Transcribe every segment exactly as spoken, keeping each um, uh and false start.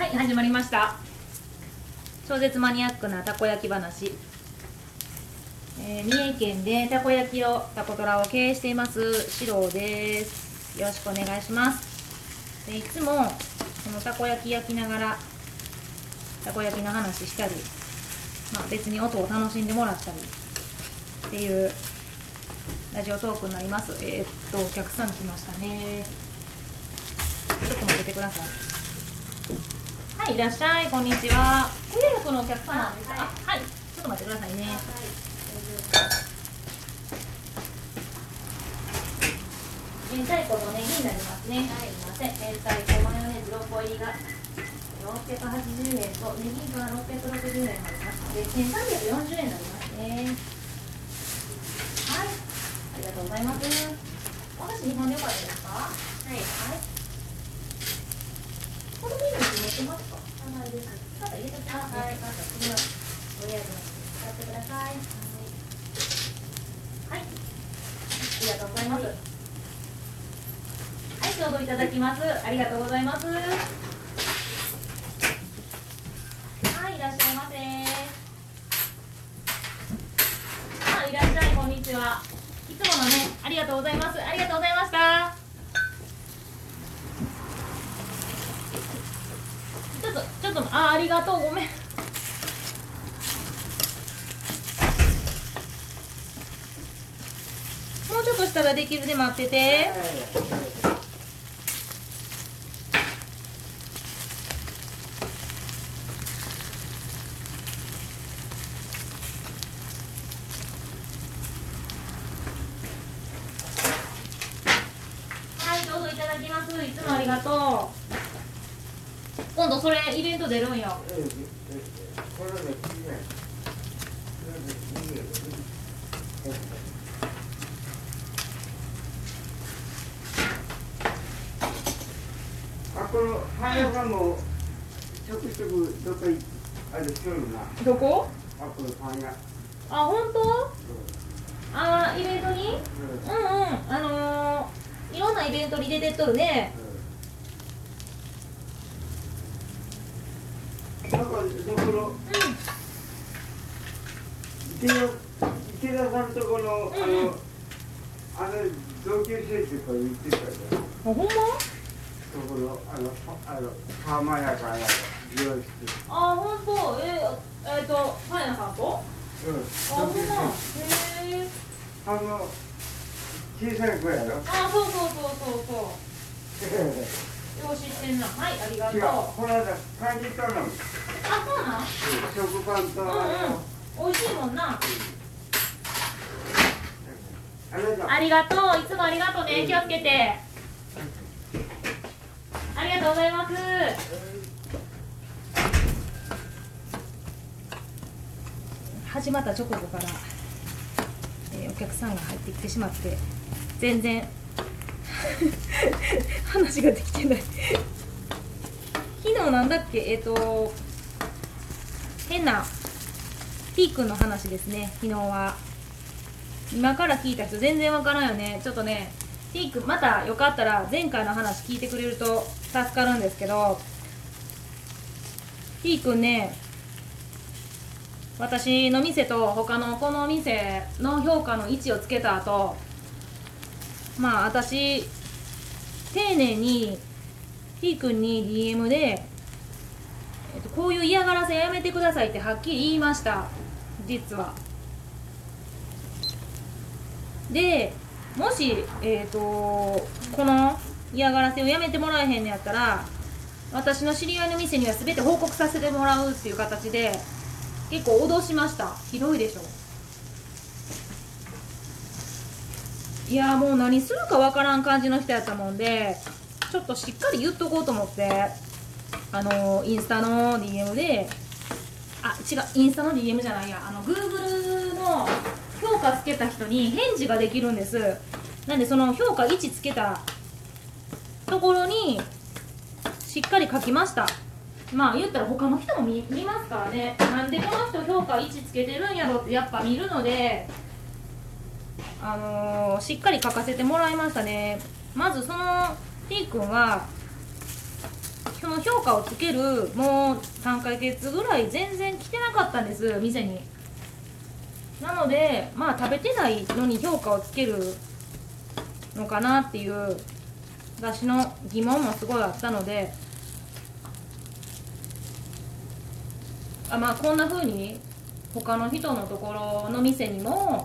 はい、始まりました。超絶マニアックなたこ焼き話。えー、三重県でたこ焼きをたこトラを経営しています四郎です。よろしくお願いします。でいつもこのたこ焼き焼きながらたこ焼きの話したり、まあ、別に音を楽しんでもらったりっていうラジオトークになります。えー、っとお客さん来ましたね。ちょっと待っててください。はい、いらっしゃい、こんにちは。お予約のお客様なんですか？あ、はい、ちょっと待ってくださいね。明太子とネギになりますね。はい、すいません。明太子マヨネーズろっこ入りがろっぴゃくはちじゅうえんとネギがろっぴゃくろくじゅうえんになります。で、せんさんびゃくよんじゅうえんになりますね。はい、ありがとうございます。お箸にほんでよかったですか？はい、はい。このメニューって持ってますか？はい、です。また入れてください。また次のご予約の使ってください。はい。はい、ありがとうございます。はい、ちょうどいただきます。ありがとうございます。はい、いらっしゃいませ。あ、いらっしゃい、こんにちは。いつものね、ありがとうございます。ありがとうございました。ちょっと、ちょっと、あ、ありがとう、ごめん。もうちょっとしたらできるで待ってて。はい、どうぞいただきます。いつもありがとう。今度それイベント出るんよ。 あ、この早がもちょくちょくどっかあれしとるな。 どこ？ あ、このパン屋。 あ、本当？あ、イベントに？うんうん。あのー、いろんなイベントに出てっとるね。 なんかどこの、うん、池田池田さんとこの、うん、あのあの同級生ってこれ言ってたじゃん。あ、 ほんま？ ところあのあの浜屋から美容室。 あ、ほんと。えー、えーとパン屋さんと？ うん。 あ、ほんま。へえ。 あの小さい子やろ。 あ、そうそうそうそうそう。よう知ってんな。はい、ありがとう。 違う、この間買いに行ったの。 あ、そうなん？ 食パンと、 うんうん、美味しいもんな。ありがとう、いつもありがとうね。気をつけて。ありがとうございます。始まった直後から、えー、お客さんが入ってきてしまって全然話ができてない昨日なんだっけ、えっ、ー、と変なピー君の話ですね。昨日は今から聞いた人全然わからんよね。ちょっとね、ピー君またよかったら前回の話聞いてくれると助かるんですけど、ピー君ね、私の店と他のこの店の評価の位置をつけた後、まあ私丁寧に P 君に ディーエム で、えっと、こういう嫌がらせやめてくださいってはっきり言いました、実は。でもし、えーとこの嫌がらせをやめてもらえへんのやったら、私の知り合いの店には全て報告させてもらうっていう形で結構脅しました。ひどいでしょ。いやもう何するかわからん感じの人やったもんで、ちょっとしっかり言っとこうと思って、あのインスタの ディーエム で、あ、違う、インスタの ディーエム じゃないや、あの Google の評価つけた人に返事ができるんです。なんでその評価いちつけたところにしっかり書きました。まあ言ったら他の人も 見, 見ますからね。なんでこの人評価いちつけてるんやろってやっぱ見るので、あのー、しっかり書かせてもらいましたね。まずその T 君はその評価をつけるもうさんかげつぐらい全然来てなかったんです、店に。なのでまあ食べてないのに評価をつけるのかなっていう私の疑問もすごいあったので、あまあこんな風に他の人のところの店にも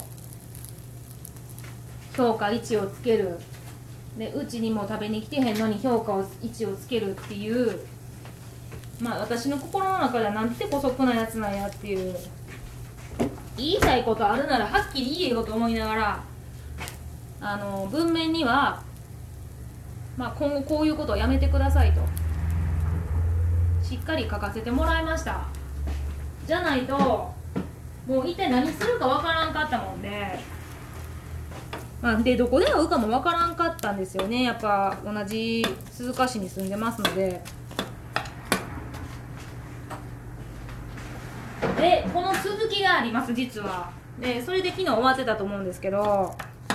評価いちをつけるで、うちにも食べに来てへんのに評価をいちをつけるっていう、まあ私の心の中ではなんて姑息なやつなんやっていう、言いたいことあるならはっきり言えよと思いながら、あの文面には、まあ、今後こういうことをやめてくださいとしっかり書かせてもらいました。じゃないともう一体何するかわからんかったもんで、まあ、でどこで会うかもわからんかったんですよね。やっぱ同じ鈴鹿市に住んでますので。でこの続きがあります実は。でそれで昨日終わってたと思うんですけど、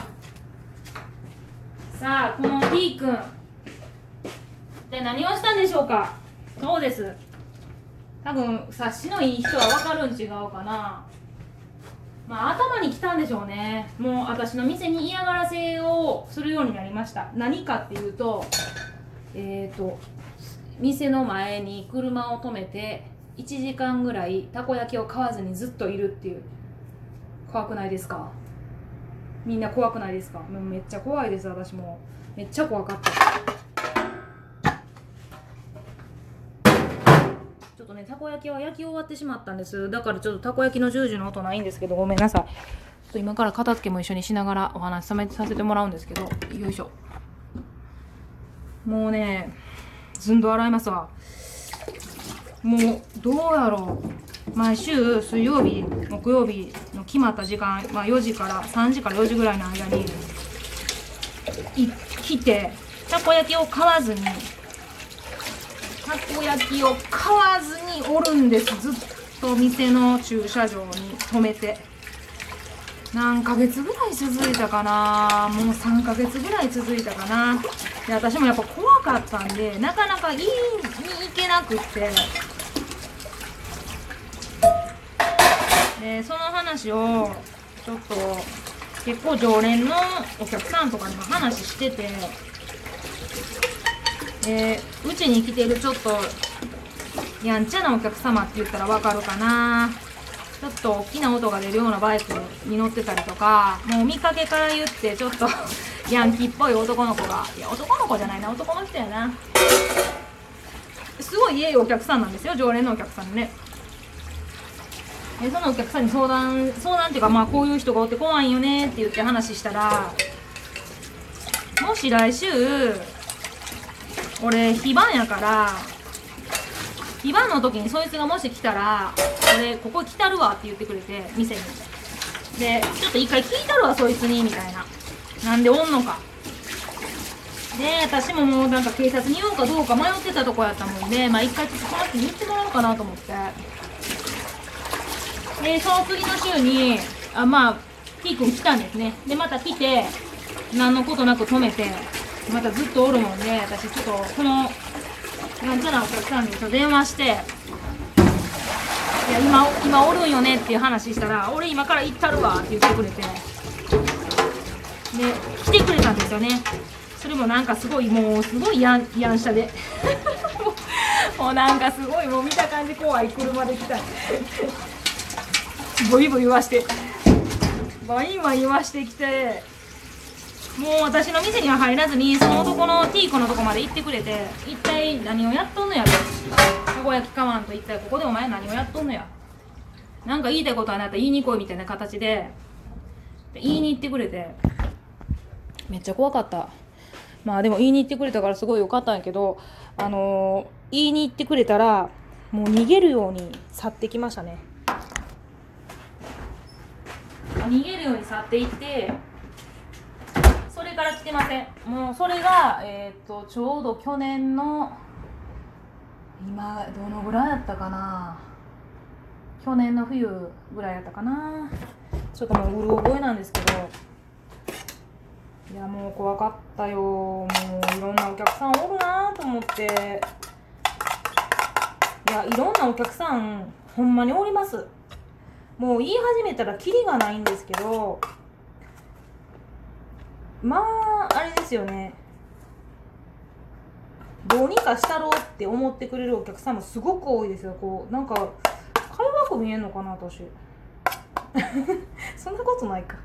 さあこの T 君で何をしたんでしょうか。そうです、多分察しのいい人は分かるん違うかな。まあ頭にきたんでしょうね。もう私の店に嫌がらせをするようになりました。何かっていうと、えっと店の前に車を止めていちじかんぐらいたこ焼きを買わずにずっといるっていう。怖くないですか？みんな怖くないですか？もうめっちゃ怖いです。私もめっちゃ怖かった。ちょっとね、たこ焼きは焼き終わってしまったんです。だからちょっとたこ焼きのジュージュの音ないんですけど、ごめんなさい。ちょっと今から片付けも一緒にしながらお話しさせてもらうんですけど、よいしょ。もうね、ずんど洗いますわ。もうどうやろう、毎週水曜日木曜日の決まった時間、まあ、よじからさんじからよじぐらいの間に来てたこ焼きを買わずにたこ焼きを買わずにおるんです。ずっと店の駐車場に止めて何ヶ月ぐらい続いたかな。もうさんかげつぐらい続いたかな。で私もやっぱ怖かったんでなかなか言いに行けなくって、でその話をちょっと結構常連のお客さんとかにも話してて、でうちに来てるちょっとやんちゃなお客様って言ったらわかるかな。ちょっと大きな音が出るようなバイクに乗ってたりとか、もう見かけから言ってちょっとヤンキーっぽい男の子が、いや男の子じゃないな、男の人やな、すごいええお客さんなんですよ、常連のお客さんね。でそのお客さんに相談相談っていうか、まあこういう人がおって怖いよねって言って話したら、もし来週俺非番やから非番の時にそいつがもし来たら俺ここ来たるわって言ってくれて、店にでちょっと一回聞いたるわそいつにみたいな、なんでおんのかで、私ももうなんか警察に言おうかどうか迷ってたとこやったもんで、まあ一回ちょっとこの人に言ってもらおうかなと思って、でその次の週にあまあ T 君来たんですね。でまた来て何のことなく止めてまたずっとおるもんで、私ちょっとこのやんちゃなお客さんにちょっと電話して、いや今今おるんよねっていう話したら、俺今から行ったるわって言ってくれて、で来てくれたんですよね。それもなんかすごいもうすごいやんやんしゃでもうなんかすごいもう見た感じ怖い車で来たボイボイ言わしてバインバイン言わしてきて、もう私の店には入らずにその男の T 子のとこまで行ってくれて、一体何をやっとんのやろ、たこ焼き買わんと一体ここでお前何をやっとんのや、なんか言いたいことはなったら言いに来いみたいな形で言いに行ってくれて、めっちゃ怖かった。まあでも言いに行ってくれたからすごい良かったんやけど、あのー、言いに行ってくれたらもう逃げるように去ってきましたね。逃げるように去っていって、それから来てません。もうそれがえっとちょうど去年の今どのぐらいだったかな、去年の冬ぐらいだったかな、ちょっともううる覚えなんですけど、いやもう怖かったよ。もういろんなお客さんおるなと思って、 いや、いろんなお客さんほんまにおります。もう言い始めたらキリがないんですけど、まああれですよね、どうにかしたろうって思ってくれるお客さんもすごく多いですよ。こうなんかか弱く見えんのかな私そんなことないか。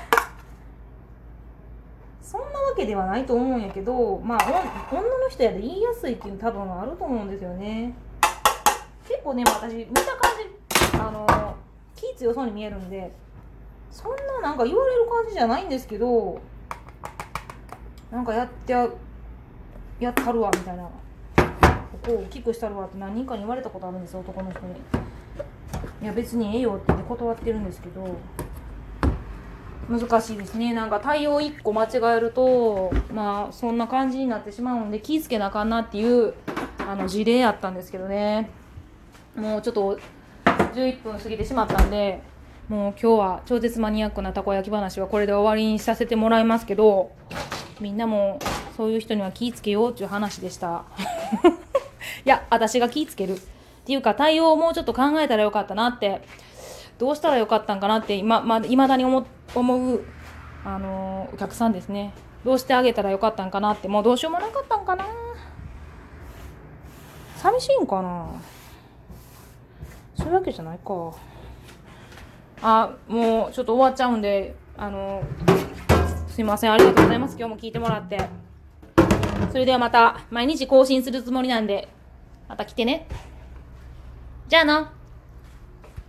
そんなわけではないと思うんやけど、まあ女の人やで言いやすいっていうの多分あると思うんですよね。結構ね、私見た感じあの気強そうに見えるんで、そんななんか言われる感じじゃないんですけど、なんかやってややったるわみたいな、ここを大きくしたるわって何人かに言われたことあるんですよ、男の人に。いや別にええよって言って断ってるんですけど、難しいですね。なんか対応いっこ間違えると、まあそんな感じになってしまうんで、気ぃつけなあかんなっていうあの事例やったんですけどね。もうちょっとじゅういっぷん過ぎてしまったんで、もう今日は超絶マニアックなたこ焼き話はこれで終わりにさせてもらいますけど、みんなもそういう人には気ぃつけようっていう話でしたいや私が気ぃつけるっていうか、対応をもうちょっと考えたらよかったなって、どうしたらよかったんかなって今、まあ、未だに思思う、あのー、お客さんですね。どうしてあげたらよかったんかなって、もうどうしようもなかったんかな、寂しいんかな、そういうわけじゃないか。あ、もうちょっと終わっちゃうんで、あのー、すいません、ありがとうございます。今日も聞いてもらって。それではまた毎日更新するつもりなんで、また来てね。じゃあな。